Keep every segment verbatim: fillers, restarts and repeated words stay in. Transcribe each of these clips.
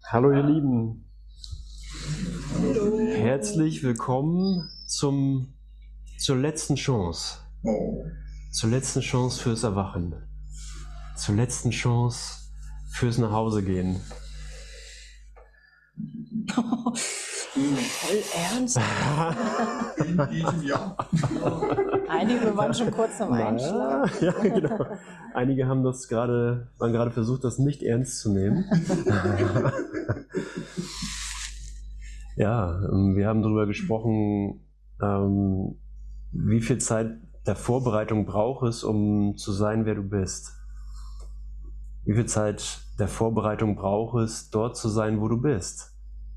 Hallo ihr Lieben, Hallo. Herzlich willkommen zum, zur letzten Chance, zur letzten Chance fürs Erwachen, zur letzten Chance fürs Nachhausegehen. Voll ernst. In diesem Jahr. Einige waren schon kurz am Einschlafen. Ja, ja, genau. Einige haben das gerade, waren gerade versucht, das nicht ernst zu nehmen. Ja, wir haben darüber gesprochen, ähm, wie viel Zeit der Vorbereitung braucht es, um zu sein, wer du bist. Wie viel Zeit der Vorbereitung braucht es, dort zu sein, wo du bist.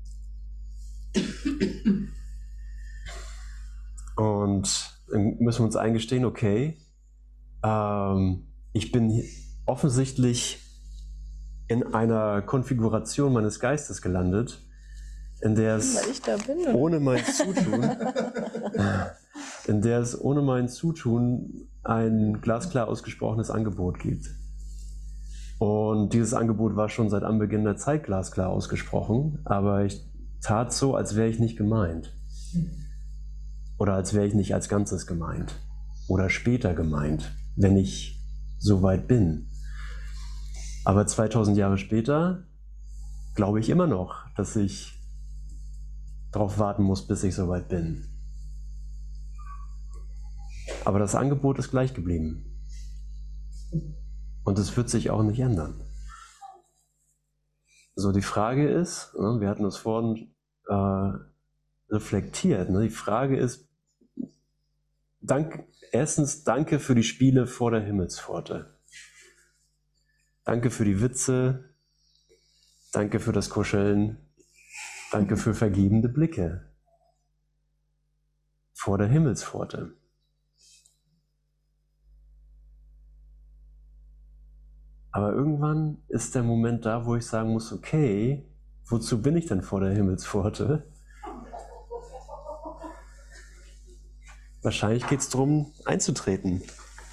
Und dann müssen wir uns eingestehen, okay, ähm, ich bin offensichtlich in einer Konfiguration meines Geistes gelandet, in der es ohne mein Zutun, in der es ohne mein Zutun ein glasklar ausgesprochenes Angebot gibt. Und dieses Angebot war schon seit Anbeginn der Zeit glasklar ausgesprochen, aber ich tat so, als wäre ich nicht gemeint. Oder als wäre ich nicht als Ganzes gemeint. Oder später gemeint, wenn ich so weit bin. Aber zweitausend Jahre später glaube ich immer noch, dass ich darauf warten muss, bis ich so weit bin. Aber das Angebot ist gleich geblieben. Und es wird sich auch nicht ändern. So, die Frage ist, wir hatten das vorhin äh, reflektiert, ne? Die Frage ist, dank, erstens, danke für die Spiele vor der Himmelspforte. Danke für die Witze, danke für das Kuscheln, danke für vergebende Blicke vor der Himmelspforte. Aber irgendwann ist der Moment da, wo ich sagen muss, okay, wozu bin ich denn vor der Himmelspforte? Wahrscheinlich geht es darum, einzutreten.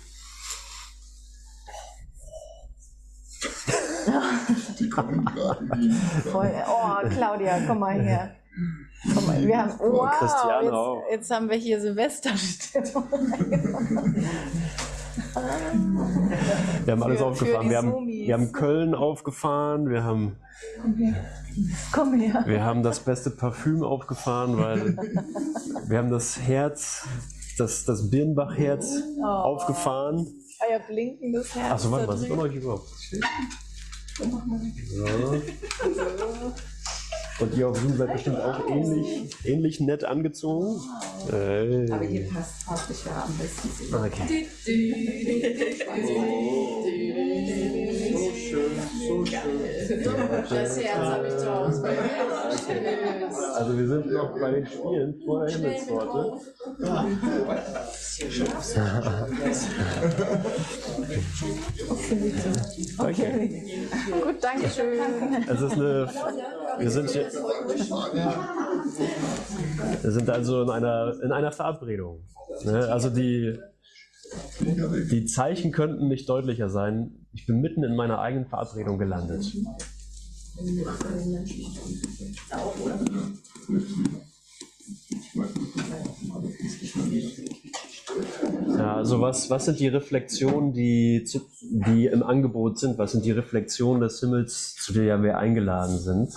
Die kommen gerade. Oh, Claudia, komm mal her. Komm mal, wir haben, wow, Christiane auch. Jetzt, jetzt haben wir hier Silvesterstimmung. Wir haben alles für, aufgefahren. Für wir, haben, wir haben Köln aufgefahren, wir haben, Komm her. Komm her. wir haben das beste Parfüm aufgefahren, weil wir haben das Herz, das, das Birnbach-Herz oh. aufgefahren. Euer blinkendes Herz. Achso, warte mal, sieht man euch überhaupt? Ja. Und ihr auf Zoom seid bestimmt auch ähnlich, ähnlich nett angezogen. Hey. Aber hier passt farblich ja am besten. Okay. So schön, so schön. Das Herz habe ich zu Hause bei mir. Also wir sind noch bei den Spielen vor der Himmelspforte. Okay. Gut, danke schön. Es ist eine, wir sind hier, wir sind also in einer, in einer Verabredung. Ne? Also die, die Zeichen könnten nicht deutlicher sein. Ich bin mitten in meiner eigenen Verabredung gelandet. Ja, also was, was sind die Reflexionen, die, zu, die im Angebot sind? Was sind die Reflexionen des Himmels, zu der wir eingeladen sind?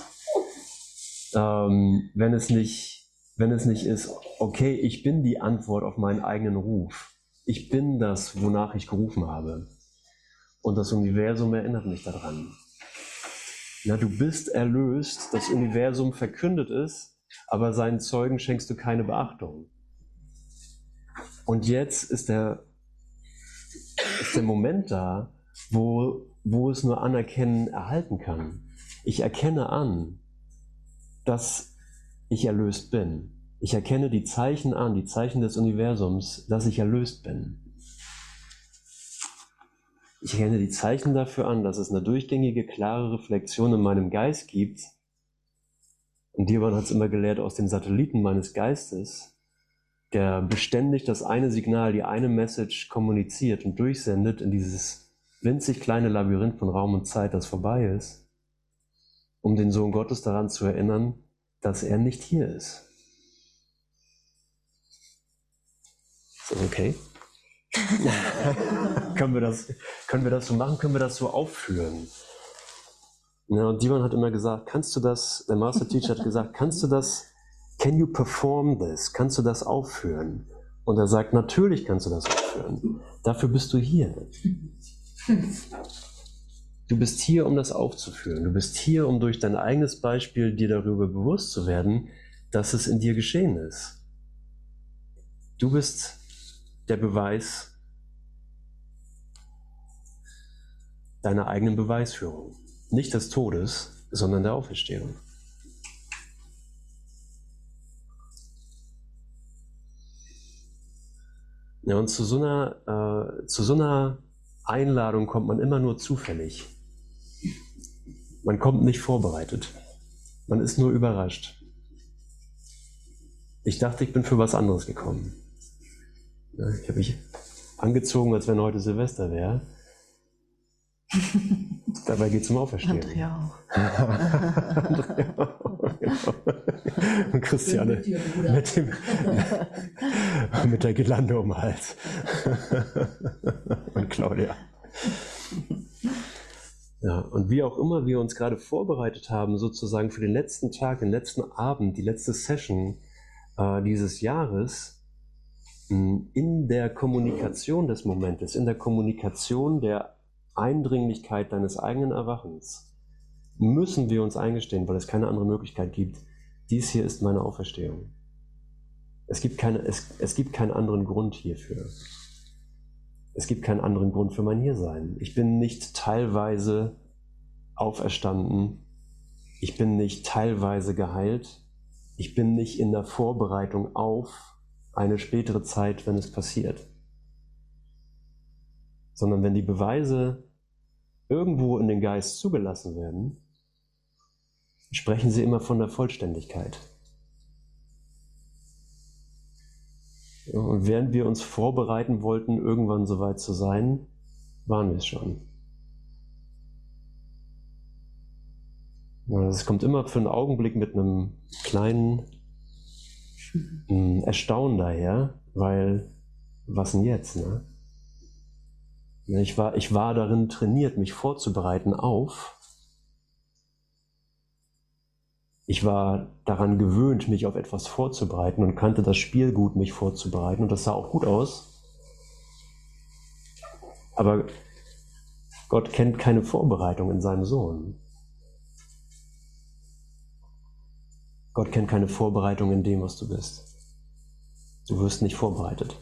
Ähm, wenn es nicht, wenn es nicht ist, okay, ich bin die Antwort auf meinen eigenen Ruf. Ich bin das, wonach ich gerufen habe. Und das Universum erinnert mich daran. Na, du bist erlöst, das Universum verkündet es, aber seinen Zeugen schenkst du keine Beachtung. Und jetzt ist der, ist der Moment da, wo, wo es nur Anerkennen erhalten kann. Ich erkenne an, dass ich erlöst bin. Ich erkenne die Zeichen an, die Zeichen des Universums, dass ich erlöst bin. Ich erkenne die Zeichen dafür an, dass es eine durchgängige, klare Reflexion in meinem Geist gibt. Und Dirwan hat es immer gelehrt aus den Satelliten meines Geistes, der beständig das eine Signal, die eine Message kommuniziert und durchsendet in dieses winzig kleine Labyrinth von Raum und Zeit, das vorbei ist. um den Sohn Gottes daran zu erinnern, dass er nicht hier ist. Ist das okay? können, wir das, können wir das so machen? Können wir das so aufführen? Ja, und Divan hat immer gesagt, kannst du das, der Master Teacher hat gesagt, kannst du das, can you perform this? Kannst du das aufführen? Und er sagt, natürlich kannst du das aufführen. Dafür bist du hier. Du bist hier, um das aufzuführen. Du bist hier, um durch dein eigenes Beispiel dir darüber bewusst zu werden, dass es in dir geschehen ist. Du bist der Beweis deiner eigenen Beweisführung. Nicht des Todes, sondern der Auferstehung. Ja, und zu so einer, äh, zu so einer Einladung kommt man immer nur zufällig. Man kommt nicht vorbereitet. Man ist nur überrascht. Ich dachte, ich bin für was anderes gekommen. Ja, ich habe mich angezogen, als wenn heute Silvester wäre. Dabei geht es um Auferstehung. Andrea auch. Andrea auch, genau. Und Christiane mit, dem, mit der Girlande um den Hals. Und Claudia. Ja, und wie auch immer wir uns gerade vorbereitet haben, sozusagen für den letzten Tag, den letzten Abend, die letzte Session äh, dieses Jahres, in der Kommunikation des Momentes, in der Kommunikation der Eindringlichkeit deines eigenen Erwachens, müssen wir uns eingestehen, weil es keine andere Möglichkeit gibt, dies hier ist meine Auferstehung. Es gibt, keine, es, es gibt keinen anderen Grund hierfür. Es gibt keinen anderen Grund für mein Hiersein. Ich bin nicht teilweise auferstanden. Ich bin nicht teilweise geheilt. Ich bin nicht in der Vorbereitung auf eine spätere Zeit, wenn es passiert. Sondern wenn die Beweise irgendwo in den Geist zugelassen werden, sprechen sie immer von der Vollständigkeit. Und während wir uns vorbereiten wollten, irgendwann soweit zu sein, waren wir es schon. Es kommt immer für einen Augenblick mit einem kleinen Erstaunen daher, weil, was denn jetzt, ne? Ich war, ich war darin trainiert, mich vorzubereiten auf. Ich war daran gewöhnt, mich auf etwas vorzubereiten und kannte das Spiel gut, mich vorzubereiten. Und das sah auch gut aus. Aber Gott kennt keine Vorbereitung in seinem Sohn. Gott kennt keine Vorbereitung in dem, was du bist. Du wirst nicht vorbereitet,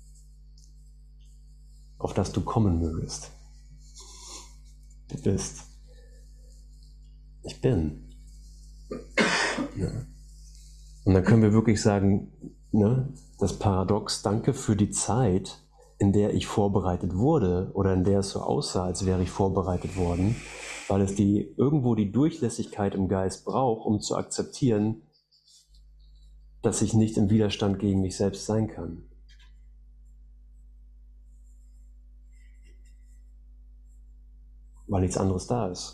auf das du kommen mögest. Du bist. Ich bin. Ja. Und dann können wir wirklich sagen, ne, das Paradox, danke für die Zeit, in der ich vorbereitet wurde oder in der es so aussah, als wäre ich vorbereitet worden, weil es die, irgendwo die Durchlässigkeit im Geist braucht, um zu akzeptieren, dass ich nicht im Widerstand gegen mich selbst sein kann. Weil nichts anderes da ist.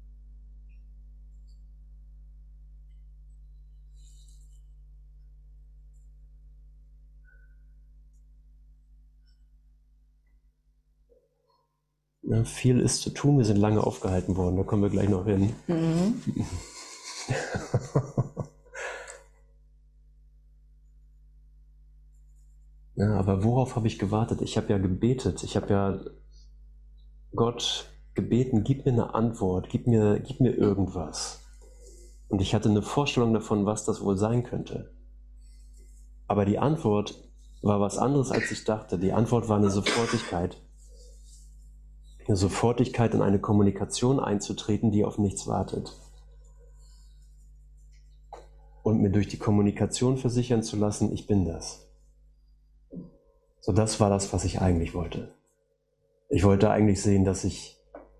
Ja, viel ist zu tun, wir sind lange aufgehalten worden, da kommen wir gleich noch hin. Mhm. Ja, aber worauf habe ich gewartet? Ich habe ja gebetet, ich habe ja Gott gebeten, gib mir eine Antwort, gib mir, gib mir irgendwas. Und ich hatte eine Vorstellung davon, was das wohl sein könnte. Aber die Antwort war was anderes, als ich dachte. Die Antwort war eine Sofortigkeit. Eine Sofortigkeit, in eine Kommunikation einzutreten, die auf nichts wartet. Und mir durch die Kommunikation versichern zu lassen, ich bin das. So, das war das, was ich eigentlich wollte. Ich wollte eigentlich sehen, dass ich,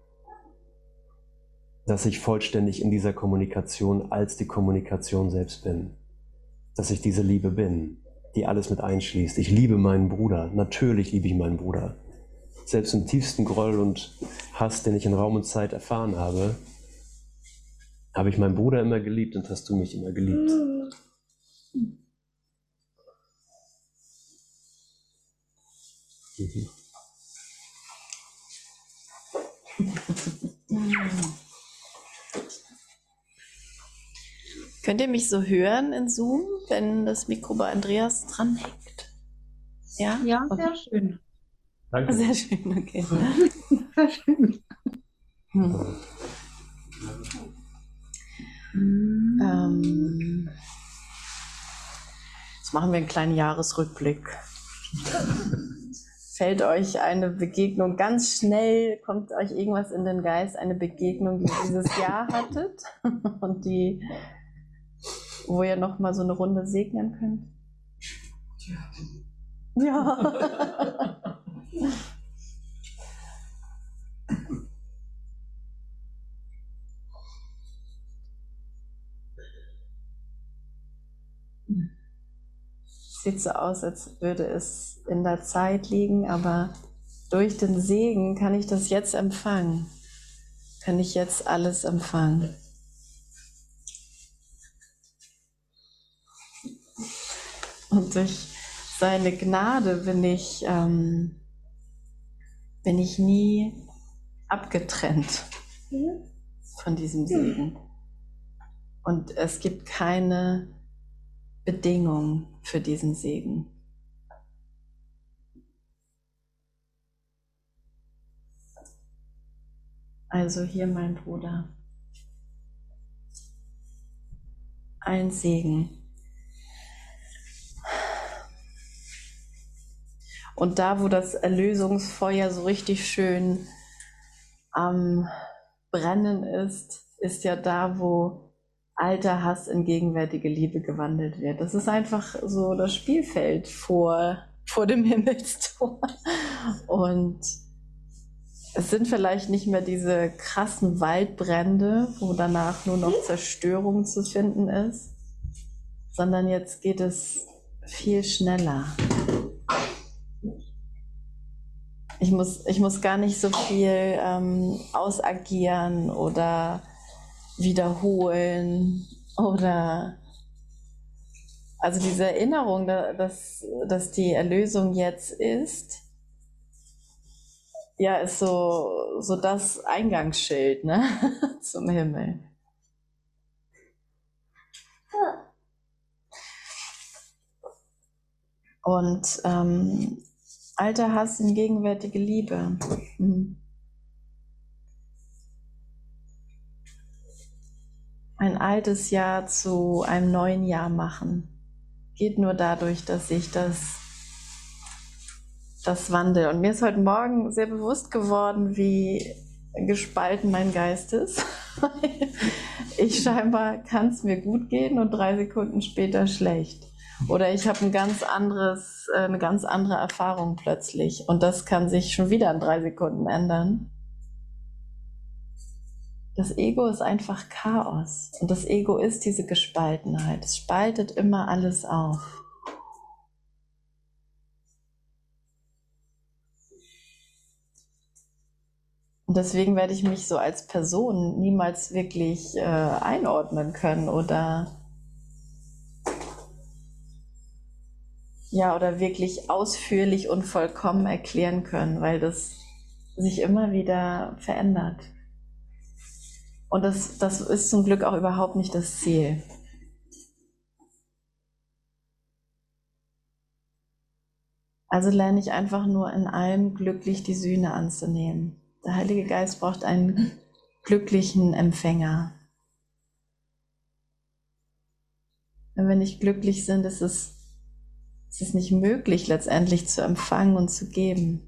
dass ich vollständig in dieser Kommunikation als die Kommunikation selbst bin. Dass ich diese Liebe bin, die alles mit einschließt. Ich liebe meinen Bruder. Natürlich liebe ich meinen Bruder. Selbst im tiefsten Groll und Hass, den ich in Raum und Zeit erfahren habe, habe ich meinen Bruder immer geliebt und hast du mich immer geliebt. Mhm. Könnt ihr mich so hören in Zoom, wenn das Mikro bei Andreas dranhängt? Ja? Ja, Okay. sehr schön. Danke. Sehr schön, okay. Sehr schön. Hm. Ähm, jetzt machen wir einen kleinen Jahresrückblick. Fällt euch eine Begegnung ganz schnell, kommt euch irgendwas in den Geist, eine Begegnung, die ihr dieses Jahr hattet und die, wo ihr nochmal so eine Runde segnen könnt? Ja. Sieht so aus, als würde es in der Zeit liegen, aber durch den Segen kann ich das jetzt empfangen. Kann ich jetzt alles empfangen. Und durch seine Gnade bin ich, ähm, bin ich nie abgetrennt von diesem Segen. Und es gibt keine Bedingung für diesen Segen. Also hier mein Bruder. Ein Segen. Und da, wo das Erlösungsfeuer so richtig schön am Brennen ist, ist ja da, wo alter Hass in gegenwärtige Liebe gewandelt wird. Das ist einfach so das Spielfeld vor, vor dem Himmelstor. Und es sind vielleicht nicht mehr diese krassen Waldbrände, wo danach nur noch Zerstörung zu finden ist, sondern jetzt geht es viel schneller. Ich muss, ich muss gar nicht so viel ähm, ausagieren oder wiederholen oder also diese Erinnerung, dass, dass die Erlösung jetzt ist, ja, ist so, so das Eingangsschild, ne, zum Himmel. Und ähm, alter Hass in gegenwärtige Liebe. Mhm. Ein altes Jahr zu einem neuen Jahr machen. Geht nur dadurch, dass ich das, das wandle. Und mir ist heute Morgen sehr bewusst geworden, wie gespalten mein Geist ist. Ich scheinbar kann es mir gut gehen und drei Sekunden später schlecht. Oder ich habe ein ganz anderes, eine ganz andere Erfahrung plötzlich. Und das kann sich schon wieder in drei Sekunden ändern. Das Ego ist einfach Chaos. Und das Ego ist diese Gespaltenheit. Es spaltet immer alles auf. Und deswegen werde ich mich so als Person niemals wirklich äh, einordnen können oder ja, oder wirklich ausführlich und vollkommen erklären können, weil das sich immer wieder verändert. Und das, das ist zum Glück auch überhaupt nicht das Ziel. Also lerne ich einfach nur in allem glücklich die Sühne anzunehmen. Der Heilige Geist braucht einen glücklichen Empfänger. Wenn wir nicht glücklich sind, ist es, ist es nicht möglich, letztendlich zu empfangen und zu geben.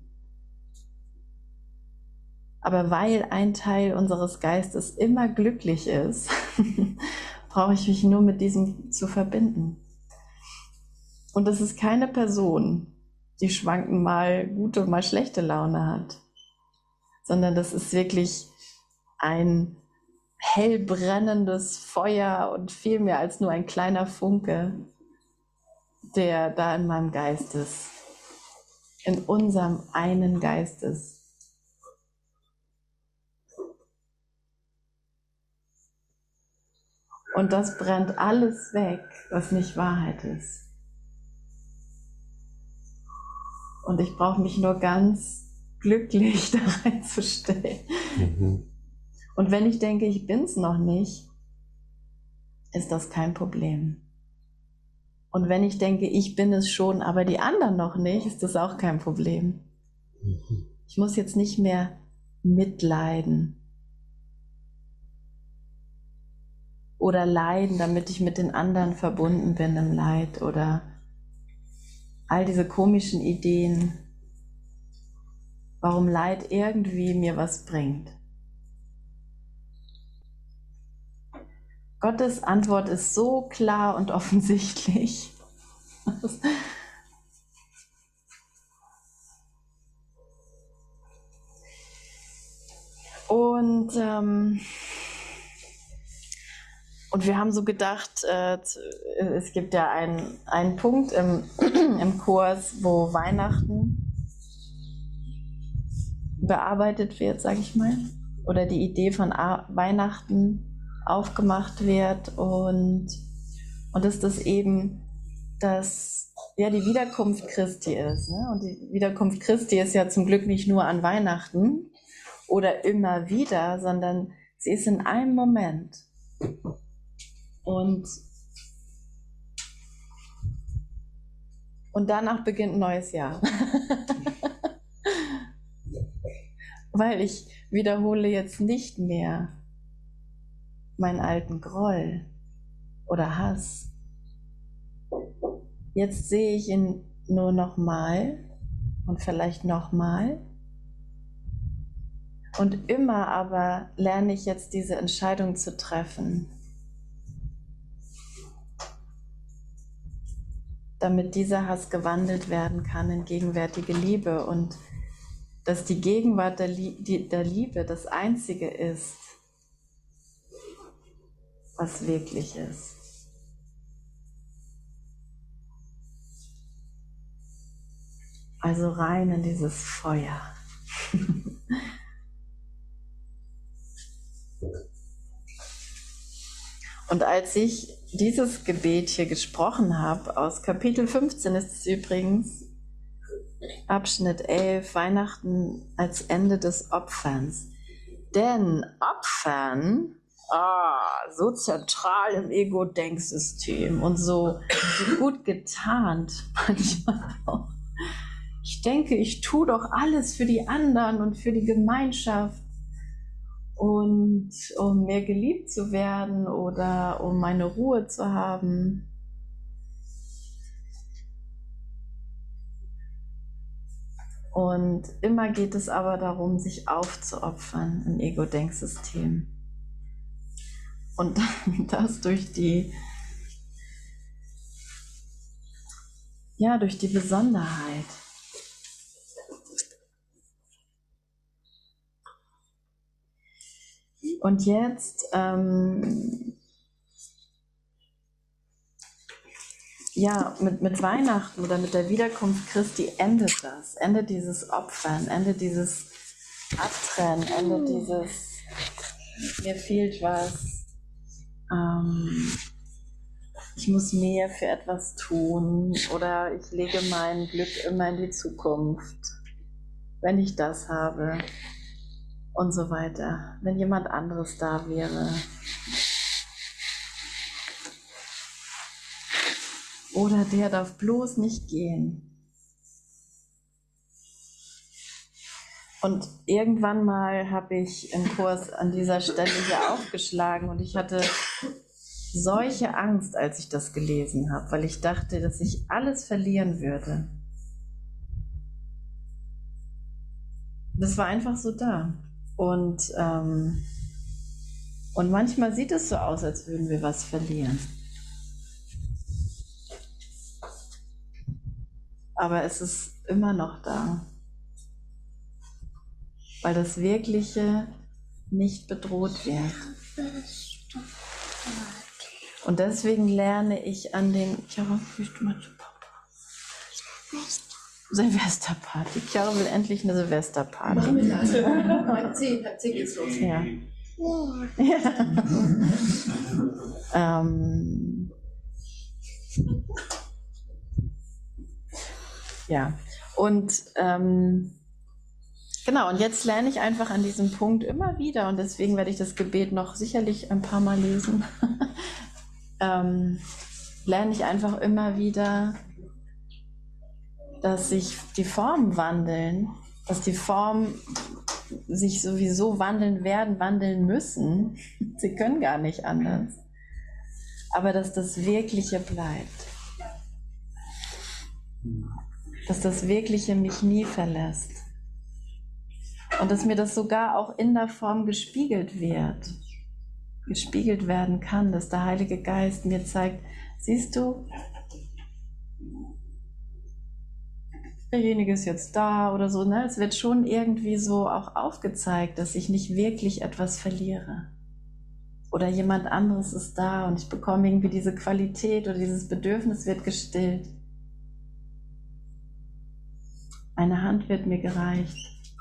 Aber weil ein Teil unseres Geistes immer glücklich ist, brauche ich mich nur mit diesem zu verbinden. Und das ist keine Person, die schwanken mal gute und mal schlechte Laune hat, sondern das ist wirklich ein hell brennendes Feuer und viel mehr als nur ein kleiner Funke, der da in meinem Geist ist, in unserem einen Geist ist. Und das brennt alles weg, was nicht Wahrheit ist. Und ich brauche mich nur ganz glücklich da reinzustellen. Mhm. Und wenn ich denke, ich bin's noch nicht, ist das kein Problem. Und wenn ich denke, ich bin es schon, aber die anderen noch nicht, ist das auch kein Problem. Mhm. Ich muss jetzt nicht mehr mitleiden oder leiden, damit ich mit den anderen verbunden bin im Leid oder all diese komischen Ideen, warum Leid irgendwie mir was bringt. Gottes Antwort ist so klar und offensichtlich. Und, ähm, und wir haben so gedacht, äh, es gibt ja einen, einen Punkt im, im Kurs, wo Weihnachten bearbeitet wird, sage ich mal, oder die Idee von A- Weihnachten aufgemacht wird und, und dass das eben dass ja die Wiederkunft Christi ist. Ne? Und die Wiederkunft Christi ist ja zum Glück nicht nur an Weihnachten oder immer wieder, sondern sie ist in einem Moment. Und, und danach beginnt ein neues Jahr. Weil ich wiederhole jetzt nicht mehr meinen alten Groll oder Hass. Jetzt sehe ich ihn nur noch mal und vielleicht noch mal. Und immer aber lerne ich jetzt diese Entscheidung zu treffen, damit dieser Hass gewandelt werden kann in gegenwärtige Liebe und dass die Gegenwart der, Lie- die, der Liebe das Einzige ist, was wirklich ist. Also rein in dieses Feuer. Und als ich dieses Gebet hier gesprochen habe, aus Kapitel fünfzehn ist es übrigens, Abschnitt elf, Weihnachten als Ende des Opferns. Denn Opfern, ah, so zentral im Ego-Denksystem und so, so gut getarnt manchmal auch. Ich denke, ich tue doch alles für die anderen und für die Gemeinschaft und um mehr geliebt zu werden oder um meine Ruhe zu haben. Und immer geht es aber darum, sich aufzuopfern im Ego-Denksystem. Und das durch die, ja, durch die Besonderheit. Und jetzt, ähm, ja, mit, mit Weihnachten oder mit der Wiederkunft Christi endet das, endet dieses Opfern, endet dieses Abtrennen, endet dieses, mir fehlt was, ähm, ich muss mehr für etwas tun oder ich lege mein Glück immer in die Zukunft, wenn ich das habe und so weiter, wenn jemand anderes da wäre. Oder der darf bloß nicht gehen. Und irgendwann mal habe ich im Kurs an dieser Stelle hier aufgeschlagen und ich hatte solche Angst, als ich das gelesen habe, weil ich dachte, dass ich alles verlieren würde. Das war einfach so da. Und, ähm, und manchmal sieht es so aus, als würden wir was verlieren. Aber es ist immer noch da, weil das Wirkliche nicht bedroht wird. Und deswegen lerne ich an den, Chiara, willst du mal zu Papa? Silvesterparty. Chiara will endlich eine Silvesterparty. Machen wir das. Halb zehn, halb zehn geht's los. Ja. Ja. ähm, ja, und ähm, genau, und jetzt lerne ich einfach an diesem Punkt immer wieder, und deswegen werde ich das Gebet noch sicherlich ein paar Mal lesen, ähm, lerne ich einfach immer wieder, dass sich die Formen wandeln, dass die Formen sich sowieso wandeln werden, wandeln müssen. Sie können gar nicht anders. Aber dass das Wirkliche bleibt. Dass das Wirkliche mich nie verlässt. Und dass mir das sogar auch in der Form gespiegelt wird. Gespiegelt werden kann, dass der Heilige Geist mir zeigt, siehst du, derjenige ist jetzt da oder so, ne? Es wird schon irgendwie so auch aufgezeigt, dass ich nicht wirklich etwas verliere. Oder jemand anderes ist da und ich bekomme irgendwie diese Qualität oder dieses Bedürfnis wird gestillt. Eine Hand wird mir gereicht.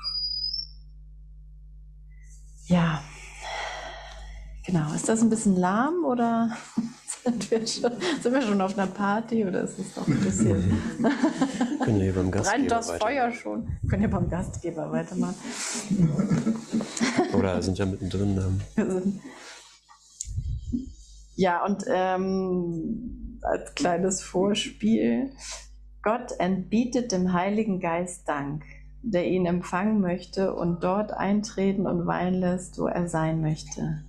Ja, genau. Ist das ein bisschen lahm oder sind wir schon, sind wir schon auf einer Party oder ist es doch ein bisschen... Können wir hier beim Gastgeber brennt das weitermachen. Feuer schon? Können wir beim Gastgeber weitermachen. Oder sind ja mittendrin. Ähm. Ja, und ähm, als kleines Vorspiel, Gott entbietet dem Heiligen Geist Dank, der ihn empfangen möchte und dort eintreten und weilen lässt, wo er sein möchte.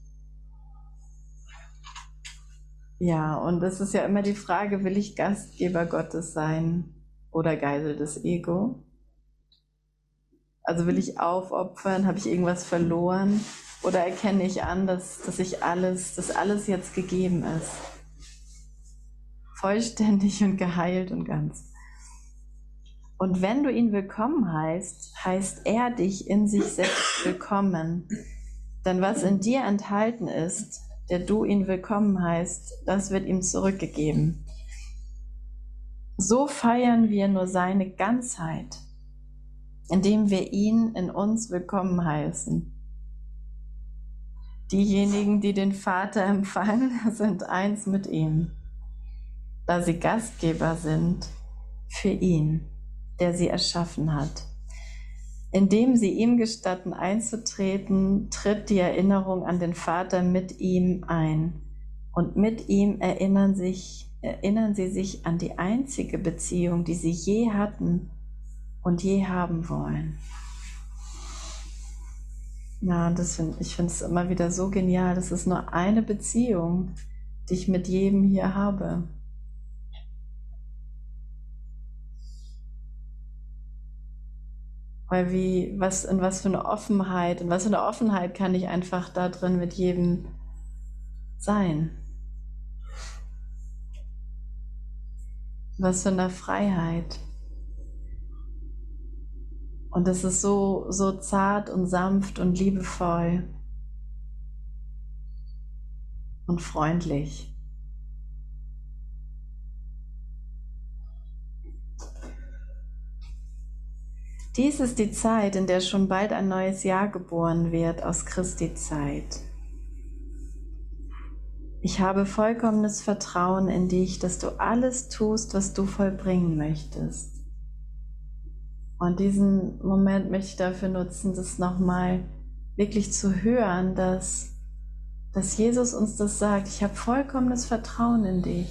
Ja, und es ist ja immer die Frage, will ich Gastgeber Gottes sein oder Geisel des Ego? Also will ich aufopfern, habe ich irgendwas verloren? Oder erkenne ich an, dass, dass ich alles, dass alles jetzt gegeben ist? Vollständig und geheilt und ganz. Und wenn du ihn willkommen heißt, heißt er dich in sich selbst willkommen. Denn was in dir enthalten ist, der du ihn willkommen heißt, das wird ihm zurückgegeben. So feiern wir nur seine Ganzheit, indem wir ihn in uns willkommen heißen. Diejenigen, die den Vater empfangen, sind eins mit ihm, da sie Gastgeber sind für ihn, der sie erschaffen hat. Indem sie ihm gestatten einzutreten, tritt die Erinnerung an den Vater mit ihm ein. Und mit ihm erinnern, sich, erinnern sie sich an die einzige Beziehung, die sie je hatten und je haben wollen. Ja, das find, ich finde es immer wieder so genial. Das ist nur eine Beziehung, die ich mit jedem hier habe. Weil wie, was, in was für eine Offenheit, in was für eine Offenheit kann ich einfach da drin mit jedem sein? Was für eine Freiheit. Und es ist so, so zart und sanft und liebevoll und freundlich. Dies ist die Zeit, in der schon bald ein neues Jahr geboren wird aus Christi Zeit. Ich habe vollkommenes Vertrauen in dich, dass du alles tust, was du vollbringen möchtest. Und diesen Moment möchte ich dafür nutzen, das nochmal wirklich zu hören, dass, dass Jesus uns das sagt. Ich habe vollkommenes Vertrauen in dich.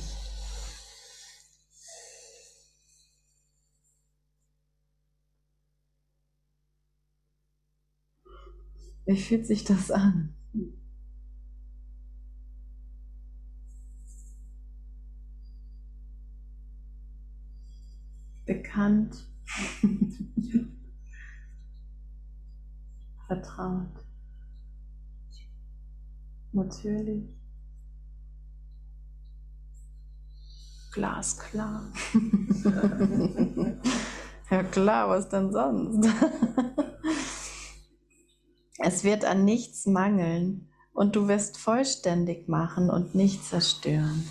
Wie fühlt sich das an? Bekannt. Vertraut. Natürlich. Glasklar. Ja klar, was denn sonst? Es wird an nichts mangeln und du wirst vollständig machen und nicht zerstören.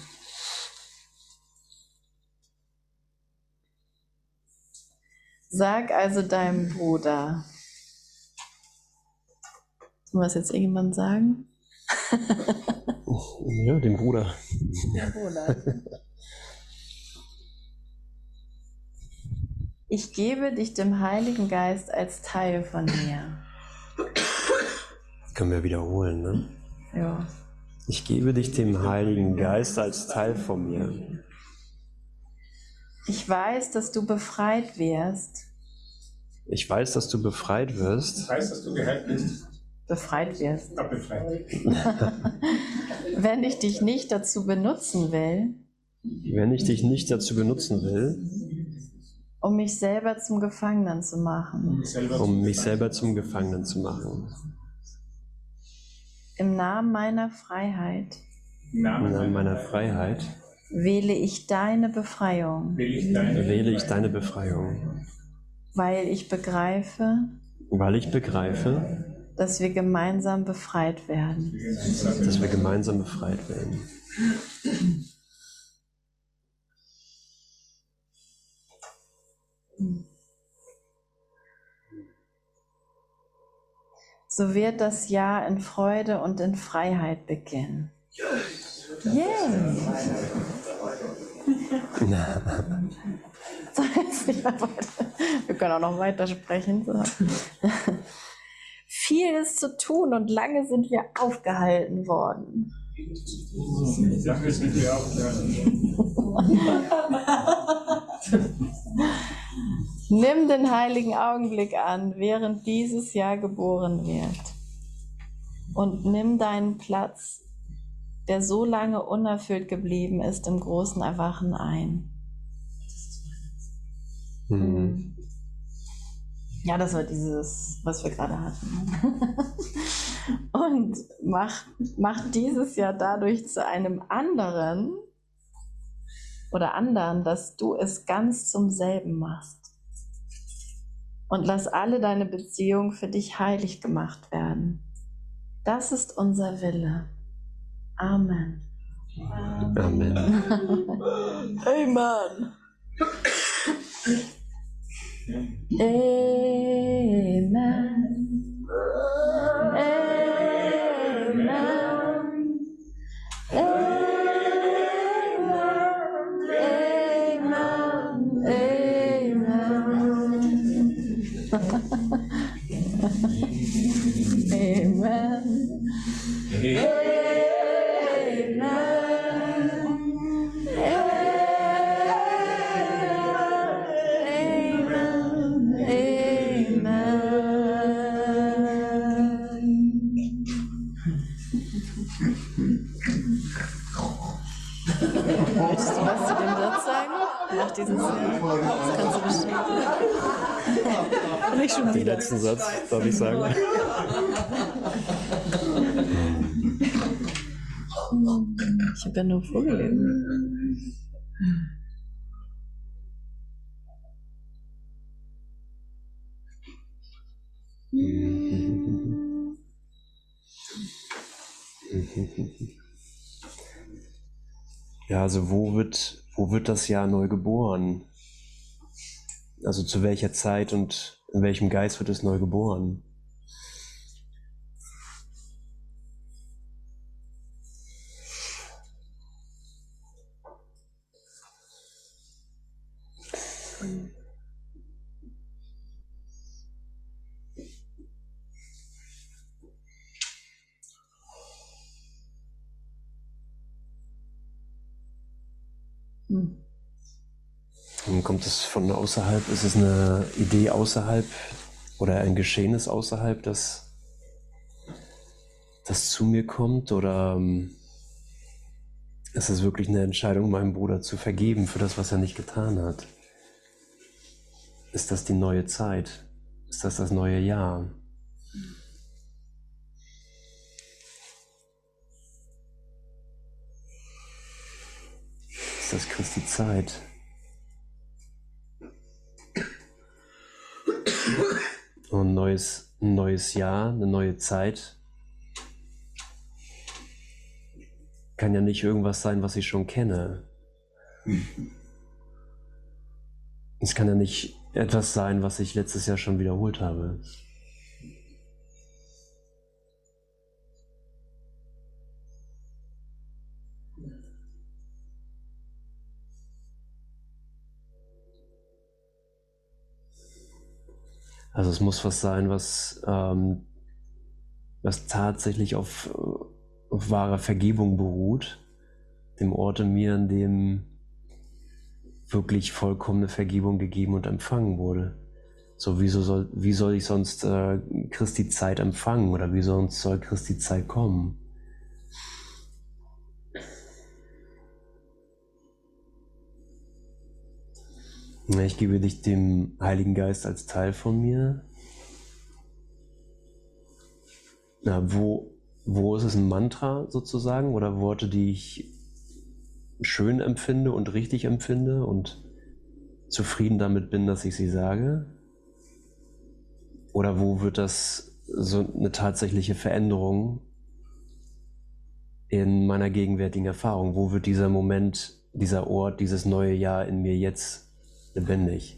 Sag also deinem Bruder, Sollen wir es jetzt irgendwann sagen? Ja, dem Bruder. Der Bruder. Ich gebe dich dem Heiligen Geist als Teil von mir. Das können wir wiederholen, ne? Ja. Ich gebe dich dem Heiligen Geist als Teil von mir. Ich weiß, dass du befreit wirst. Ich weiß, dass du befreit wirst. Ich weiß, dass du geheilt bist. Befreit wirst. Ja, befreit. Wenn ich dich nicht dazu benutzen will, Wenn ich dich nicht dazu benutzen will, um mich selber zum Gefangenen zu machen, Selber um mich selber zum Gefangenen zu machen, im Namen meiner Freiheit im Namen meiner Freiheit wähle ich deine Befreiung, will ich deine wähle ich deine Befreiung, weil ich begreife, weil ich begreife, dass wir gemeinsam befreit werden. dass wir gemeinsam befreit werden. So wird das Jahr in Freude und in Freiheit beginnen. Yay! So, jetzt nicht mehr weiter. Wir können auch noch weitersprechen. So. Viel ist zu tun und lange sind wir aufgehalten worden. Dafür sind wir auch da. Nimm den heiligen Augenblick an, während dieses Jahr geboren wird. Und nimm deinen Platz, der so lange unerfüllt geblieben ist, im großen Erwachen ein. Mhm. Ja, das war dieses, was wir gerade hatten. Und mach, mach dieses Jahr dadurch zu einem anderen oder anderen, dass du es ganz zum selben machst. Und lass alle deine Beziehungen für dich heilig gemacht werden. Das ist unser Wille. Amen. Amen. Amen. Amen. Amen. Amen. Möchtest du was zu dem Satz sagen? Nach diesem Jahr? Das kannst du bestätigen. Nicht schon Den wieder. letzten Satz, darf ich sagen? Ich habe ja nur vorgelesen. Ja, also wo wird, wo wird das Jahr neu geboren? Also zu welcher Zeit und in welchem Geist wird es neu geboren? Hm. Kommt es von außerhalb? Ist es eine Idee außerhalb oder ein Geschehnis außerhalb, das, das zu mir kommt? Oder ähm, ist es wirklich eine Entscheidung, meinem Bruder zu vergeben für das, was er nicht getan hat? Ist das die neue Zeit? Ist das das neue Jahr? Ist das Christi Zeit? Und ein neues, ein neues Jahr, eine neue Zeit kann ja nicht irgendwas sein, was ich schon kenne. Es kann ja nicht etwas sein, was ich letztes Jahr schon wiederholt habe. Also es muss was sein, was, ähm, was tatsächlich auf, auf wahrer Vergebung beruht, dem Ort in mir, an dem wirklich vollkommene Vergebung gegeben und empfangen wurde. So, wieso soll, wie soll ich sonst äh, Christi Zeit empfangen oder wie sonst soll Christi Zeit kommen? Ja, ich gebe dich dem Heiligen Geist als Teil von mir. Na, wo, wo ist es ein Mantra sozusagen oder Worte, die ich schön empfinde und richtig empfinde und zufrieden damit bin, dass ich sie sage? Oder wo wird das so eine tatsächliche Veränderung in meiner gegenwärtigen Erfahrung? Wo wird dieser Moment, dieser Ort, dieses neue Jahr in mir jetzt lebendig?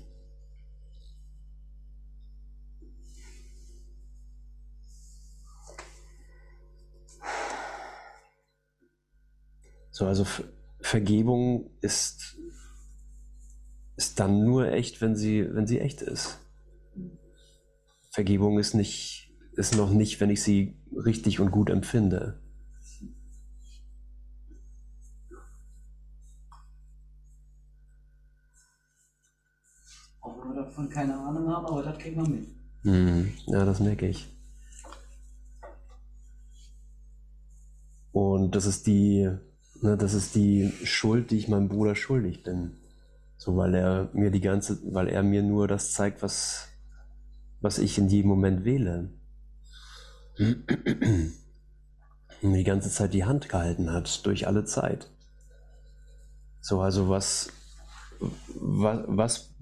So, also Vergebung ist, ist dann nur echt, wenn sie, wenn sie echt ist. Vergebung ist nicht, ist noch nicht, wenn ich sie richtig und gut empfinde. Auch wenn wir davon keine Ahnung haben, aber das kriegen wir mit. Hm, ja, das merke ich. Und das ist die, ne, das ist die Schuld, die ich meinem Bruder schuldig bin. So, weil er mir die ganze, weil er mir nur das zeigt, was, was ich in jedem Moment wähle. Und die ganze Zeit die Hand gehalten hat, durch alle Zeit. So, also was, was, was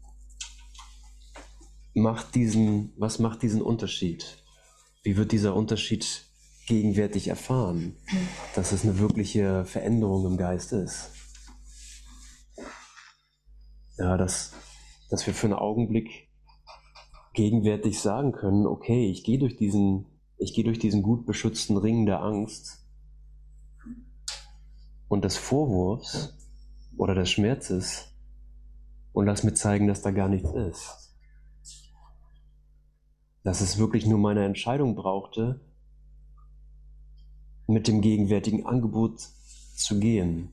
macht diesen, was macht diesen Unterschied? Wie wird dieser Unterschied gegenwärtig erfahren, dass es eine wirkliche Veränderung im Geist ist? Ja, dass, dass wir für einen Augenblick gegenwärtig sagen können, okay, ich gehe durch diesen, ich gehe durch diesen gut beschützten Ring der Angst und des Vorwurfs oder des Schmerzes und lass mir zeigen, dass da gar nichts ist. Dass es wirklich nur meine Entscheidung brauchte, mit dem gegenwärtigen Angebot zu gehen.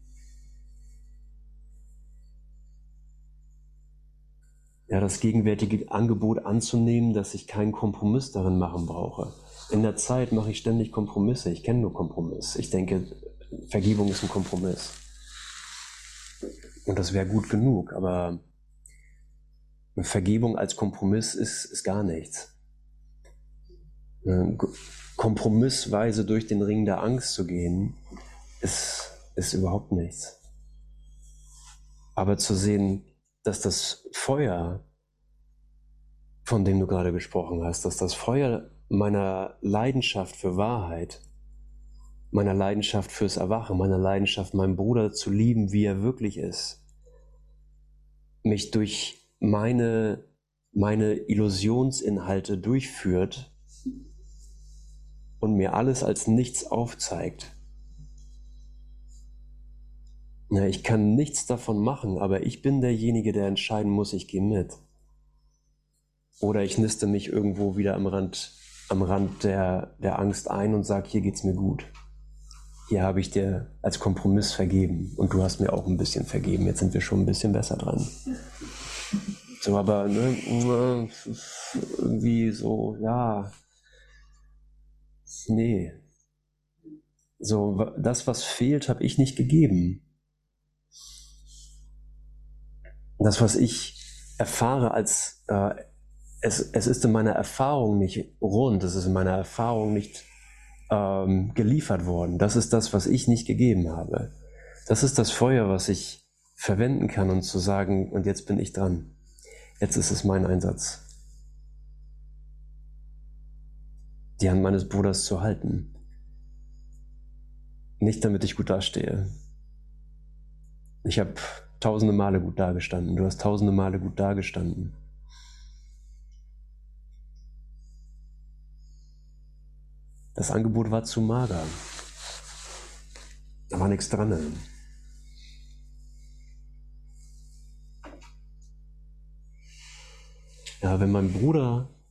Ja, das gegenwärtige Angebot anzunehmen, dass ich keinen Kompromiss darin machen brauche. In der Zeit mache ich ständig Kompromisse. Ich kenne nur Kompromiss. Ich denke, Vergebung ist ein Kompromiss. Und das wäre gut genug, aber Vergebung als Kompromiss ist, ist gar nichts. Kompromissweise durch den Ring der Angst zu gehen, ist, ist überhaupt nichts. Aber zu sehen, dass das Feuer, von dem du gerade gesprochen hast, dass das Feuer meiner Leidenschaft für Wahrheit, meiner Leidenschaft fürs Erwachen, meiner Leidenschaft, meinen Bruder zu lieben, wie er wirklich ist, mich durch meine, meine Illusionsinhalte durchführt und mir alles als nichts aufzeigt. Ja, ich kann nichts davon machen, aber ich bin derjenige, der entscheiden muss, ich gehe mit. Oder ich niste mich irgendwo wieder am Rand, am Rand der, der Angst ein und sage, hier geht's mir gut. Hier habe ich dir als Kompromiss vergeben und du hast mir auch ein bisschen vergeben. Jetzt sind wir schon ein bisschen besser dran. So, aber ne, irgendwie so, ja, nee. So, das, was fehlt, habe ich nicht gegeben. Das, was ich erfahre als, äh, es, es ist in meiner Erfahrung nicht rund, es ist in meiner Erfahrung nicht ähm, geliefert worden. Das ist das, was ich nicht gegeben habe. Das ist das Feuer, was ich verwenden kann, um zu sagen, und jetzt bin ich dran. Jetzt ist es mein Einsatz. Die Hand meines Bruders zu halten. Nicht damit ich gut dastehe. Ich habe tausende Male gut dagestanden. Du hast tausende Male gut dagestanden. Das Angebot war zu mager. Da war nichts dran. Ja, wenn mein Bruder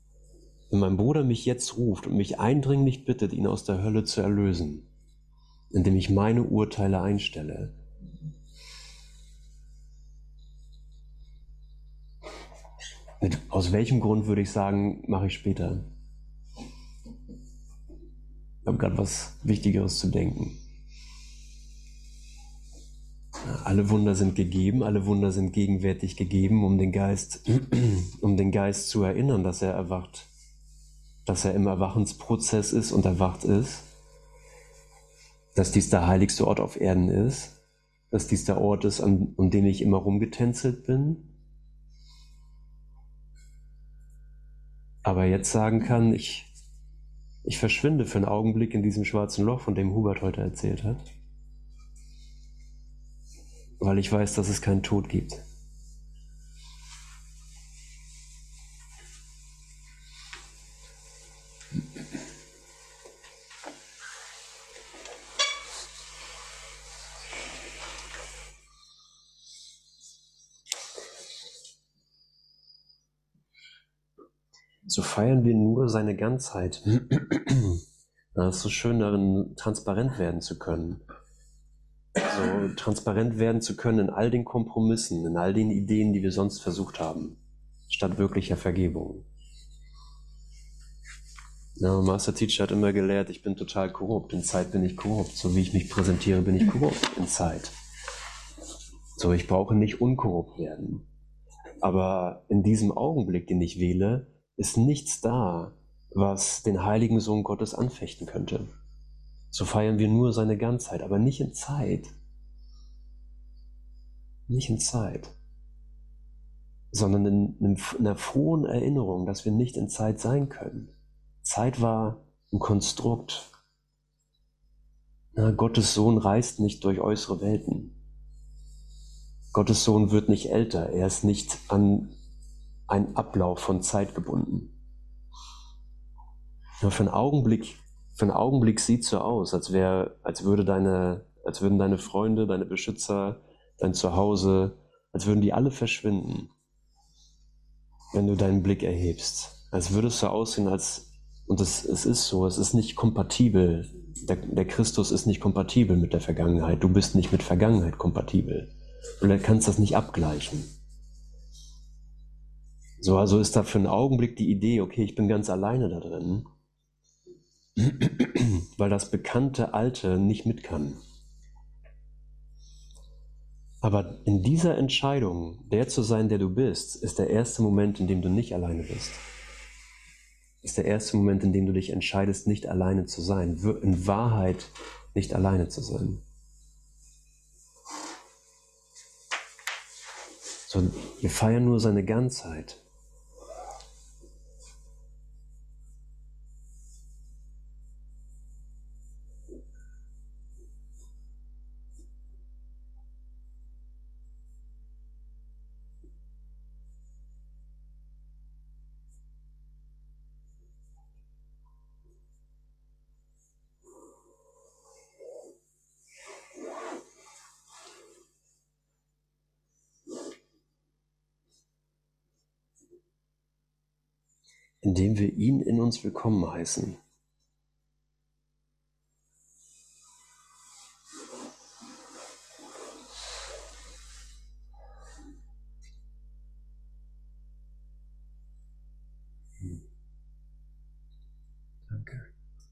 wenn mein Bruder mich jetzt ruft und mich eindringlich bittet, ihn aus der Hölle zu erlösen, indem ich meine Urteile einstelle, mit, aus welchem Grund würde ich sagen, mache ich später? Ich habe gerade was Wichtigeres zu denken. Alle Wunder sind gegeben, alle Wunder sind gegenwärtig gegeben, um den Geist, um den Geist zu erinnern, dass er erwacht, dass er im Erwachensprozess ist und erwacht ist, dass dies der heiligste Ort auf Erden ist, dass dies der Ort ist, an, um den ich immer rumgetänzelt bin, aber jetzt sagen kann, ich, ich verschwinde für einen Augenblick in diesem schwarzen Loch, von dem Hubert heute erzählt hat, weil ich weiß, dass es keinen Tod gibt. So feiern wir nur seine Ganzheit. Es ist so schön, darin transparent werden zu können. So transparent werden zu können in all den Kompromissen, in all den Ideen, die wir sonst versucht haben, statt wirklicher Vergebung. Ja, Master Teacher hat immer gelehrt, ich bin total korrupt, in Zeit bin ich korrupt. So wie ich mich präsentiere, bin ich korrupt in Zeit. So, ich brauche nicht unkorrupt werden. Aber in diesem Augenblick, den ich wähle, ist nichts da, was den heiligen Sohn Gottes anfechten könnte. So feiern wir nur seine Ganzheit, aber nicht in Zeit. Nicht in Zeit. Sondern in, in einer frohen Erinnerung, dass wir nicht in Zeit sein können. Zeit war ein Konstrukt. Na, Gottes Sohn reist nicht durch äußere Welten. Gottes Sohn wird nicht älter. Er ist nicht an einen Ablauf von Zeit gebunden. Nur für einen Augenblick Für einen Augenblick sieht es so aus, als wäre, als würde deine, als würden deine Freunde, deine Beschützer, dein Zuhause, als würden die alle verschwinden, wenn du deinen Blick erhebst. Als würde es so aussehen, als, und es, es ist so, es ist nicht kompatibel. Der, der Christus ist nicht kompatibel mit der Vergangenheit. Du bist nicht mit Vergangenheit kompatibel. Und du kannst das nicht abgleichen. So, also ist da für einen Augenblick die Idee, okay, ich bin ganz alleine da drin, weil das bekannte Alte nicht mit kann. Aber in dieser Entscheidung, der zu sein, der du bist, ist der erste Moment, in dem du nicht alleine bist. Ist der erste Moment, in dem du dich entscheidest, nicht alleine zu sein, in Wahrheit nicht alleine zu sein. So, wir feiern nur seine Ganzheit. Indem wir ihn in uns willkommen heißen. Danke.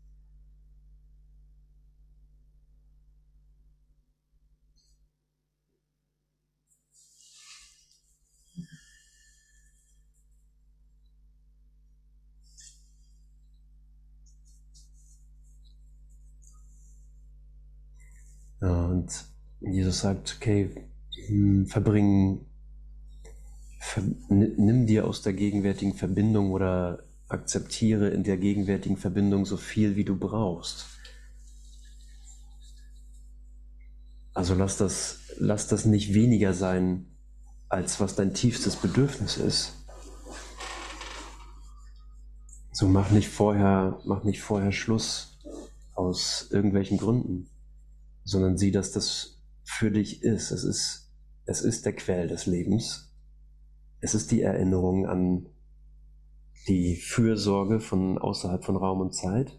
Ja, und Jesus sagt, okay, verbring, ver, nimm dir aus der gegenwärtigen Verbindung oder akzeptiere in der gegenwärtigen Verbindung so viel, wie du brauchst. Also lass das, lass das nicht weniger sein, als was dein tiefstes Bedürfnis ist. So mach nicht vorher, mach nicht vorher Schluss aus irgendwelchen Gründen, sondern sieh, dass das für dich ist. Es ist, es ist der Quell des Lebens. Es ist die Erinnerung an, die Fürsorge von außerhalb von Raum und Zeit.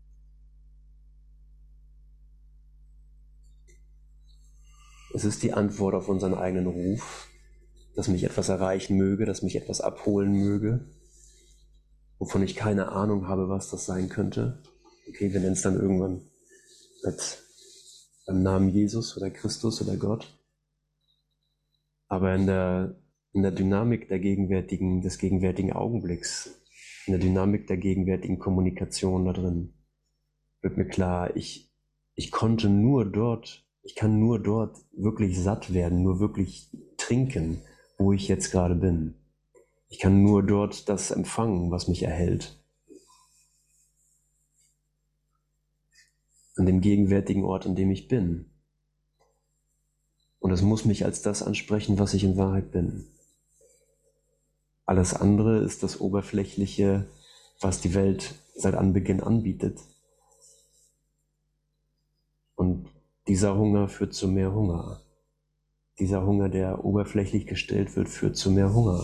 Es ist die Antwort auf unseren eigenen Ruf, dass mich etwas erreichen möge, dass mich etwas abholen möge, wovon ich keine Ahnung habe, was das sein könnte. Okay, wir nennen es dann irgendwann mit beim Namen Jesus oder Christus oder Gott. Aber in der, in der Dynamik der gegenwärtigen, des gegenwärtigen Augenblicks, in der Dynamik der gegenwärtigen Kommunikation da drin, wird mir klar, ich, ich konnte nur dort, ich kann nur dort wirklich satt werden, nur wirklich trinken, wo ich jetzt gerade bin. Ich kann nur dort das empfangen, was mich erhält. An dem gegenwärtigen Ort, an dem ich bin. Und es muss mich als das ansprechen, was ich in Wahrheit bin. Alles andere ist das Oberflächliche, was die Welt seit Anbeginn anbietet. Und dieser Hunger führt zu mehr Hunger. Dieser Hunger, der oberflächlich gestillt wird, führt zu mehr Hunger.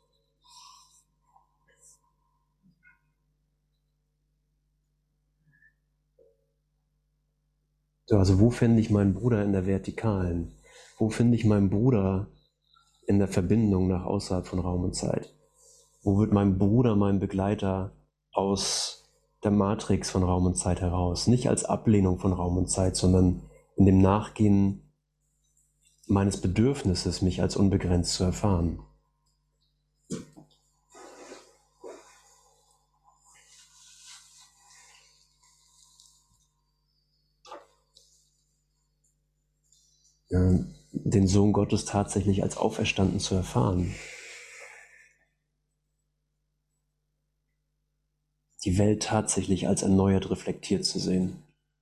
So, also wo finde ich meinen Bruder in der Vertikalen? Wo finde ich meinen Bruder in der Verbindung nach außerhalb von Raum und Zeit? Wo wird mein Bruder mein Begleiter aus der Matrix von Raum und Zeit heraus? Nicht als Ablehnung von Raum und Zeit, sondern in dem Nachgehen meines Bedürfnisses, mich als unbegrenzt zu erfahren. Ja, den Sohn Gottes tatsächlich als auferstanden zu erfahren. Die Welt tatsächlich als erneuert reflektiert zu sehen.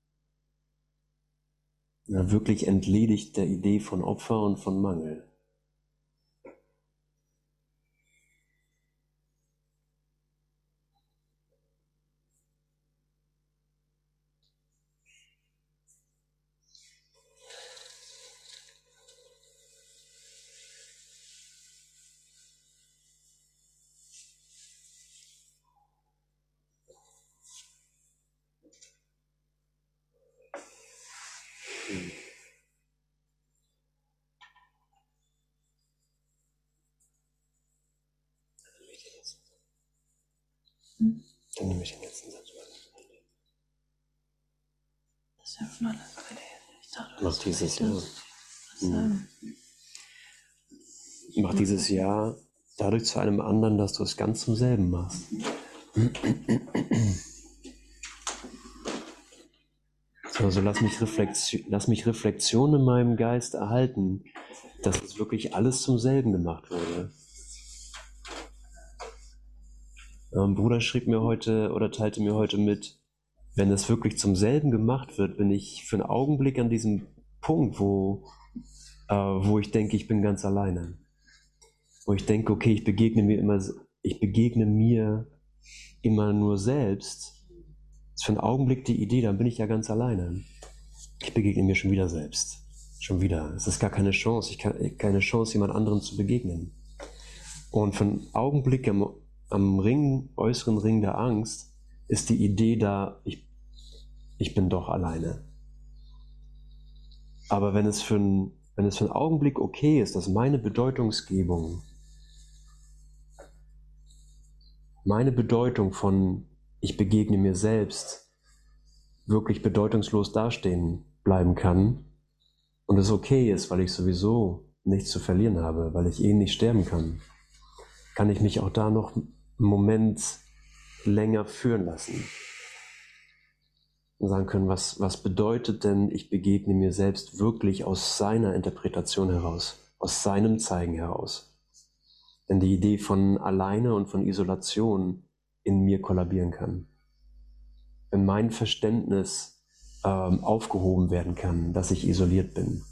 Ja, wirklich entledigt der Idee von Opfer und von Mangel. Dann nehme ich den letzten Satz. Das ist ja schon alles bei dir. Ich dachte, Mach dieses Jahr. sagen. Mach dieses Jahr dadurch zu einem anderen, dass du es ganz zum selben machst. Also lass mich, Reflexion, lass mich Reflexion in meinem Geist erhalten, dass es wirklich alles zum selben gemacht wurde. Ein Bruder schrieb mir heute oder teilte mir heute mit, wenn es wirklich zum selben gemacht wird, bin ich für einen Augenblick an diesem Punkt, wo, äh, wo ich denke, ich bin ganz alleine. Wo ich denke, okay, ich begegne mir immer, ich begegne mir immer nur selbst. Das ist für einen Augenblick die Idee, dann bin ich ja ganz alleine. Ich begegne mir schon wieder selbst. Schon wieder. Es ist gar keine Chance. Ich habe keine Chance, jemand anderem zu begegnen. Und für einen Augenblick am, am Ring, äußeren Ring der Angst ist die Idee da, ich, ich bin doch alleine. Aber wenn es, für einen, wenn es für einen Augenblick okay ist, dass meine Bedeutungsgebung, meine Bedeutung von ich begegne mir selbst wirklich bedeutungslos dastehen bleiben kann und es okay ist, weil ich sowieso nichts zu verlieren habe, weil ich eh nicht sterben kann, kann ich mich auch da noch einen Moment länger führen lassen und sagen können, was, was bedeutet denn, ich begegne mir selbst wirklich aus seiner Interpretation heraus, aus seinem Zeigen heraus. Denn die Idee von alleine und von Isolation in mir kollabieren kann. Wenn mein Verständnis ähm, aufgehoben werden kann, dass ich isoliert bin.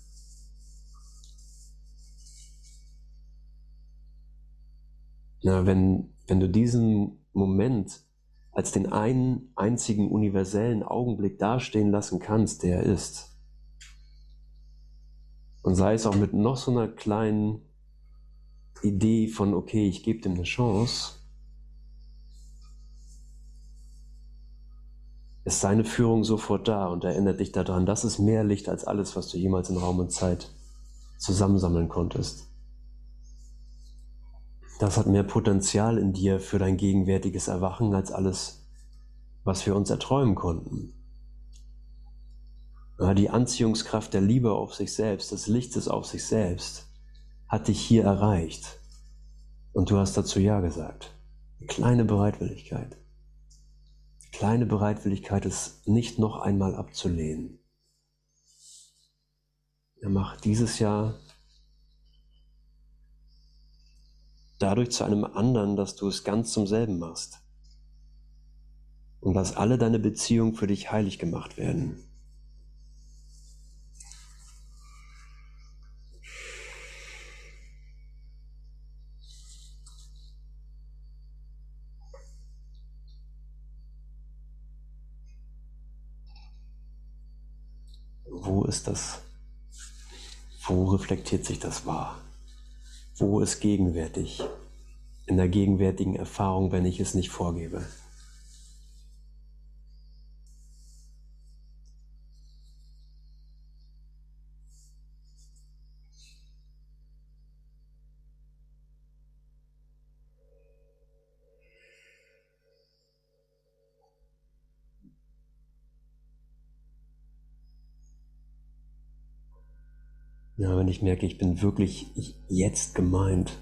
Na, wenn, wenn du diesen Moment als den einen einzigen universellen Augenblick dastehen lassen kannst, der er ist, und sei es auch mit noch so einer kleinen Idee von, okay, ich gebe dem eine Chance, ist seine Führung sofort da und erinnert dich daran, das ist mehr Licht als alles, was du jemals in Raum und Zeit zusammensammeln konntest. Das hat mehr Potenzial in dir für dein gegenwärtiges Erwachen als alles, was wir uns erträumen konnten. Ja, die Anziehungskraft der Liebe auf sich selbst, des Lichtes auf sich selbst, hat dich hier erreicht. Und du hast dazu Ja gesagt. Eine kleine Bereitwilligkeit. Eine kleine Bereitwilligkeit, es nicht noch einmal abzulehnen. Er macht dieses Jahr dadurch zu einem anderen, dass du es ganz zum selben machst. Und dass alle deine Beziehungen für dich heilig gemacht werden. Wo ist das? Wo reflektiert sich das wahr? Wo ist gegenwärtig? In der gegenwärtigen Erfahrung, wenn ich es nicht vorgebe. Ja, wenn ich merke, ich bin wirklich jetzt gemeint.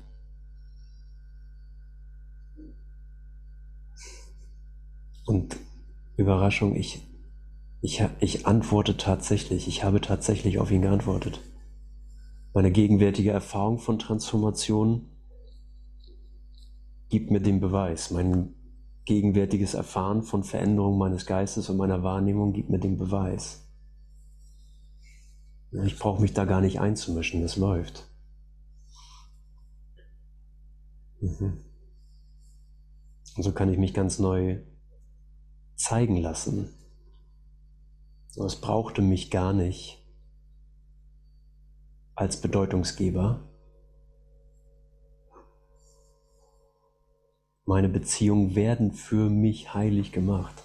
Und Überraschung, ich, ich, ich antworte tatsächlich, ich habe tatsächlich auf ihn geantwortet. Meine gegenwärtige Erfahrung von Transformation gibt mir den Beweis. Mein gegenwärtiges Erfahren von Veränderung meines Geistes und meiner Wahrnehmung gibt mir den Beweis. Ich brauche mich da gar nicht einzumischen, das läuft. Mhm. Und so kann ich mich ganz neu zeigen lassen. Es brauchte mich gar nicht als Bedeutungsgeber. Meine Beziehungen werden für mich heilig gemacht.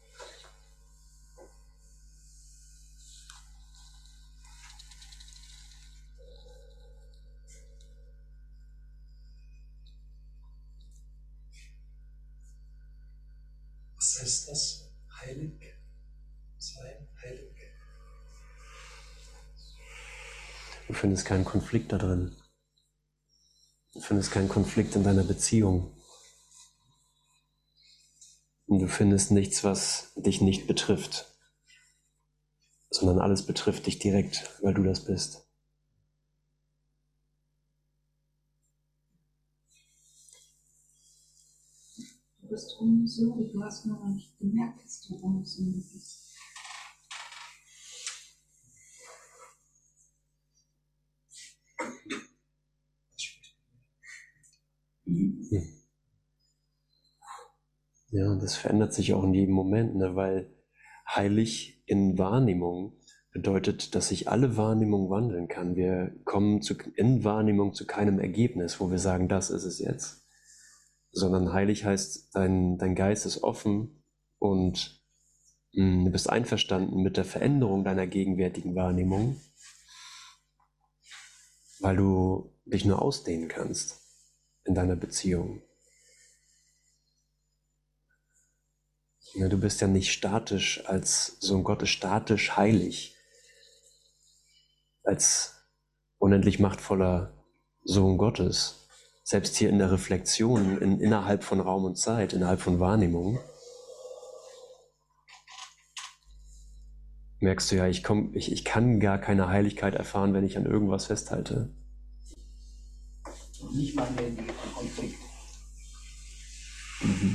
Was heißt das? Heilig sein, heilig. Du findest keinen Konflikt da drin. Du findest keinen Konflikt in deiner Beziehung. Und du findest nichts, was dich nicht betrifft, sondern alles betrifft dich direkt, weil du das bist. Du bist unbesorgt, du hast nur noch nicht gemerkt, dass du unbesorgt bist. Hm. Ja, und das verändert sich auch in jedem Moment, ne? Weil heilig in Wahrnehmung bedeutet, dass sich alle Wahrnehmung wandeln kann. Wir kommen zu, in Wahrnehmung zu keinem Ergebnis, wo wir sagen, das ist es jetzt. Sondern heilig heißt, dein, dein Geist ist offen und mh, du bist einverstanden mit der Veränderung deiner gegenwärtigen Wahrnehmung, weil du dich nur ausdehnen kannst in deiner Beziehung. Ja, du bist ja nicht statisch als Sohn Gottes, statisch heilig, als unendlich machtvoller Sohn Gottes. Selbst hier in der Reflexion, in, innerhalb von Raum und Zeit, innerhalb von Wahrnehmung, merkst du ja, ich, komm, ich, ich kann gar keine Heiligkeit erfahren, wenn ich an irgendwas festhalte. Und nicht mal mehr in die Konflikt. Mhm.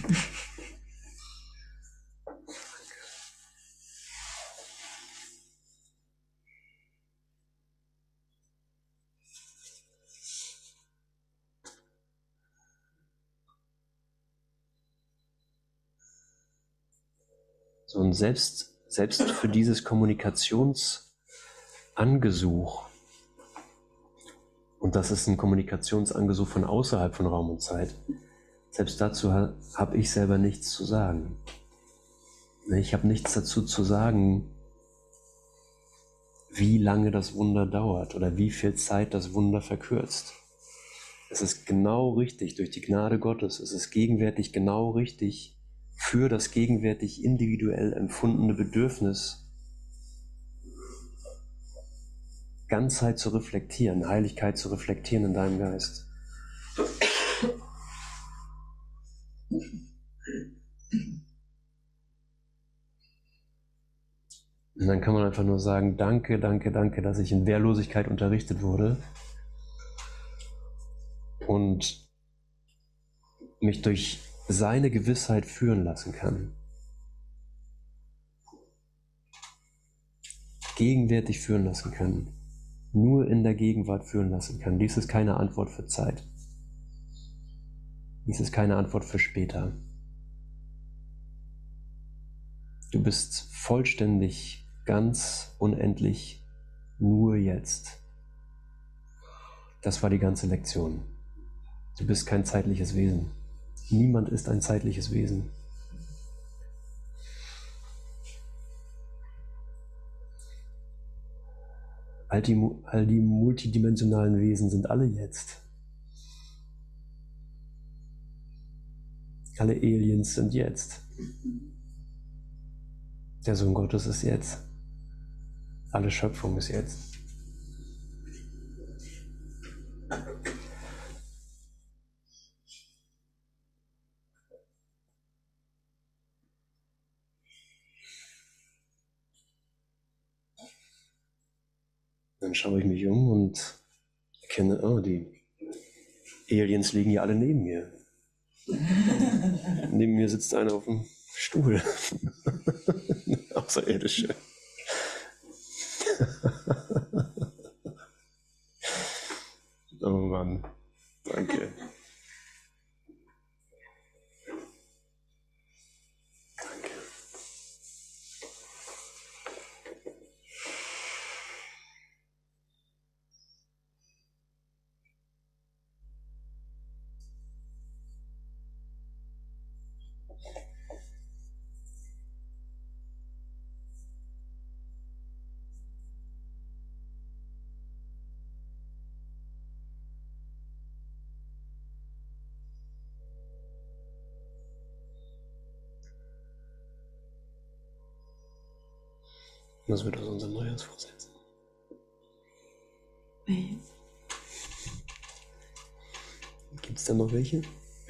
So, und selbst, selbst für dieses Kommunikationsangesuch, und das ist ein Kommunikationsangesuch von außerhalb von Raum und Zeit, selbst dazu ha, habe ich selber nichts zu sagen. Ich habe nichts dazu zu sagen, wie lange das Wunder dauert oder wie viel Zeit das Wunder verkürzt. Es ist genau richtig, durch die Gnade Gottes, es ist gegenwärtig genau richtig für das gegenwärtig individuell empfundene Bedürfnis, Ganzheit zu reflektieren, Heiligkeit zu reflektieren in deinem Geist. Und dann kann man einfach nur sagen, danke, danke, danke, dass ich in Wehrlosigkeit unterrichtet wurde und mich durch seine Gewissheit führen lassen kann. Gegenwärtig führen lassen kann. Nur in der Gegenwart führen lassen kann. Dies ist keine Antwort für Zeit. Dies ist keine Antwort für später. Du bist vollständig, ganz unendlich, nur jetzt. Das war die ganze Lektion. Du bist kein zeitliches Wesen. Niemand ist ein zeitliches Wesen. All die, all die multidimensionalen Wesen sind alle jetzt. Alle Aliens sind jetzt. Der Sohn Gottes ist jetzt. Alle Schöpfung ist jetzt. Dann schaue ich mich um und erkenne, oh, die Aliens liegen ja alle neben mir. Neben mir sitzt einer auf dem Stuhl. Außerirdische. Oh Mann, danke. Danke. Was wird aus unserem Neujahrsvorsatz? Welches? Gibt es da noch welche?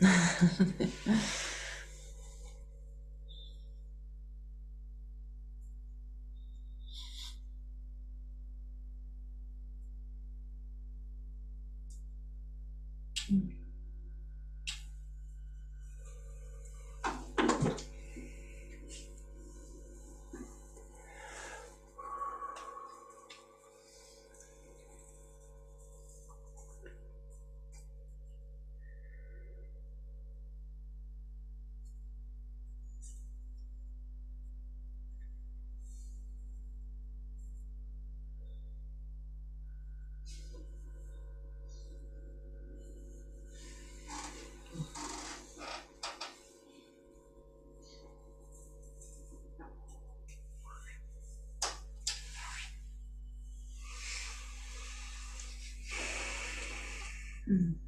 Mhm.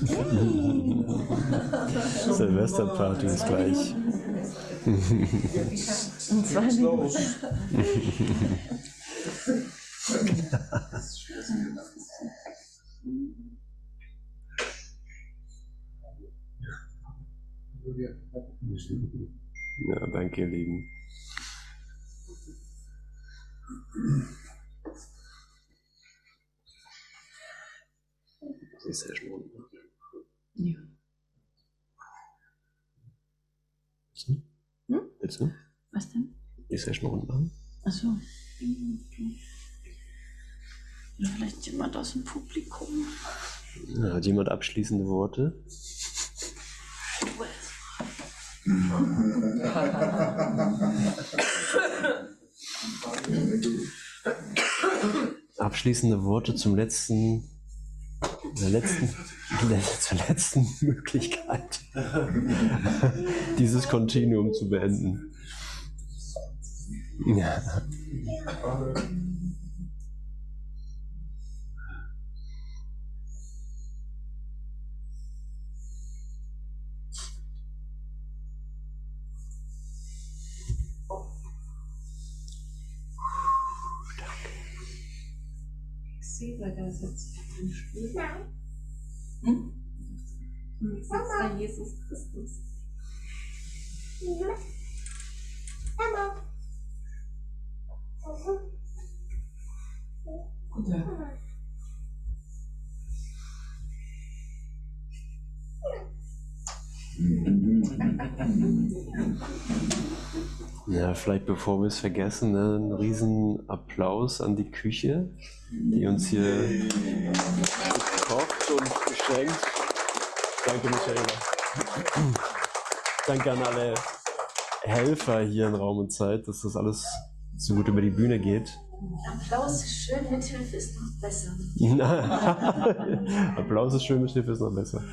Silvesterparty ist gleich. Und zwei Minuten. Ja, danke, ihr Lieben. Sie ist sehr schnell. Ja. Willst du? Hm? Willst du? Was denn? Die Session unten machen? Achso. Okay. Oder vielleicht jemand aus dem Publikum. Ja, hat jemand abschließende Worte? Abschließende Worte zum letzten, der letzten, der, zur letzten Möglichkeit, dieses Kontinuum zu beenden. Ja. Ich sehe, weil da sitzt ein Stuhl. Hm? Und ich sitze da Jesus Christus. Mama. Oder? Ja, vielleicht bevor wir es vergessen, ne, einen riesen Applaus an die Küche, die uns hier gekocht und geschenkt. Danke, Michaela. Danke an alle Helfer hier in Raum und Zeit, dass das alles so gut über die Bühne geht. Applaus ist schön, Mithilfe ist noch besser. Applaus ist schön, Mithilfe ist noch besser.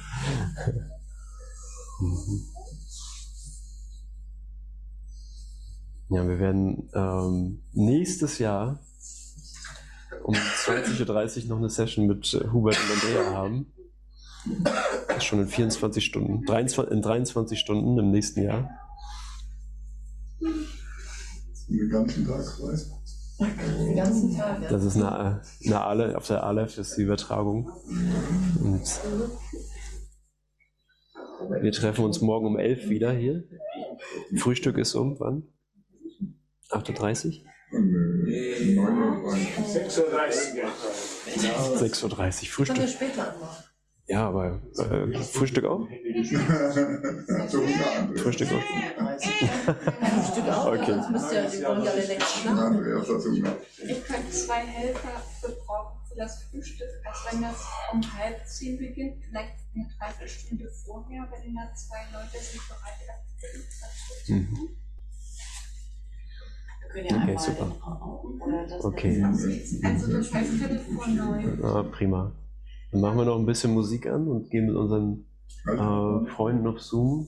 Ja, wir werden ähm, nächstes Jahr um zwanzig Uhr dreißig noch eine Session mit äh, Hubert und Andrea haben. Das ist schon in vierundzwanzig Stunden, dreiundzwanzig, in dreiundzwanzig Stunden im nächsten Jahr. Den ganzen Tag frei. Den ganzen Tag, ja. Das ist eine, eine Ale, auf der Aleph ist die Übertragung. Und wir treffen uns morgen um elf wieder hier. Frühstück ist um, wann? acht Uhr dreißig? sechs Uhr dreißig. sechs Uhr dreißig, Frühstück. Können wir später anmachen. Ja, aber äh, Frühstück auch? Frühstück auch? Frühstück auch, Okay. sonst müsst ihr, die wollen ja alle länger schlafen. Andreas hat Hunger. Ich könnte zwei Helfer gebrauchen für das Frühstück, als wenn das um halb zehn beginnt, vielleicht eine Dreiviertelstunde vorher, wenn da zwei Leute sich bereit haben. Mhm. Wir können ja Okay, einmal super. im Raum oder das Okay. Also das heißt Viertel vor neun. Ah, prima. Dann machen wir noch ein bisschen Musik an und gehen mit unseren äh, Freunden auf Zoom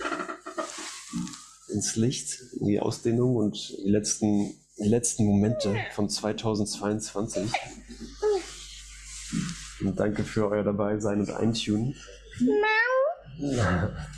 ins Licht, in die Ausdehnung und die letzten, die letzten Momente von zweitausendzweiundzwanzig. Und danke für euer Dabeisein und Eintunen.